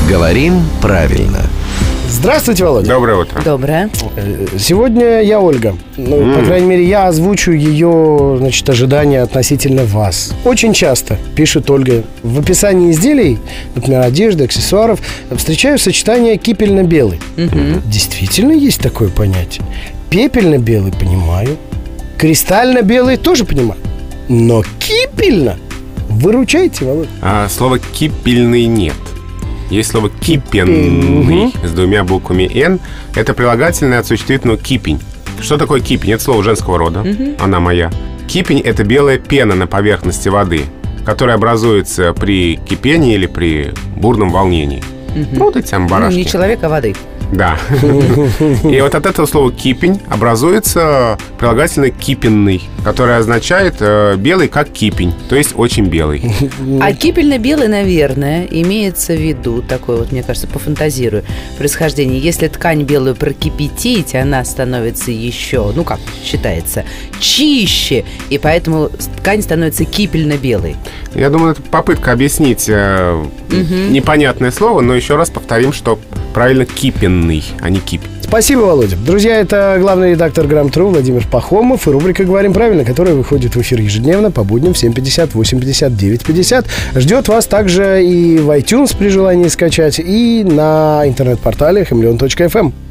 Говорим правильно. Здравствуйте, Володя. Доброе утро. Доброе. Сегодня я Ольга. По крайней мере, я озвучу ее, ожидания относительно вас. Очень часто, пишет Ольга, в описании изделий, например, одежды, аксессуаров, встречаю сочетание кипельно-белый. Действительно есть такое понятие. Пепельно-белый понимаю. Кристально-белый тоже понимаю. Но кипельно? Выручайте, Володя. Слова «кипельный» нет. Есть слово «кипенный» с двумя буквами «н». Это прилагательное от существительного «кипень». Что такое кипень? Это слово женского рода. Она моя. Кипень – это белая пена на поверхности воды, которая образуется при кипении или при бурном волнении. Вот эти там барашки. Не человек, а воды. Да. И вот от этого слова «кипень» образуется прилагательное «кипенный», которое означает белый как кипень, то есть очень белый. А кипельно-белый, наверное, имеется в виду, такое вот, мне кажется, пофантазирую, происхождение. Если ткань белую прокипятить, она становится еще, как считается, чище, и поэтому ткань становится кипельно-белой. Я думаю, это попытка объяснить непонятное слово, но еще раз повторим, что правильно кипенный, а не кипень. Спасибо, Володя. Друзья, это главный редактор Грамм-Тру Владимир Пахомов и рубрика «Говорим правильно», которая выходит в эфир ежедневно по будням в 7:50, 8:50, 9:50. Ждет вас также и в iTunes при желании скачать, и на интернет-портале hmlion.fm.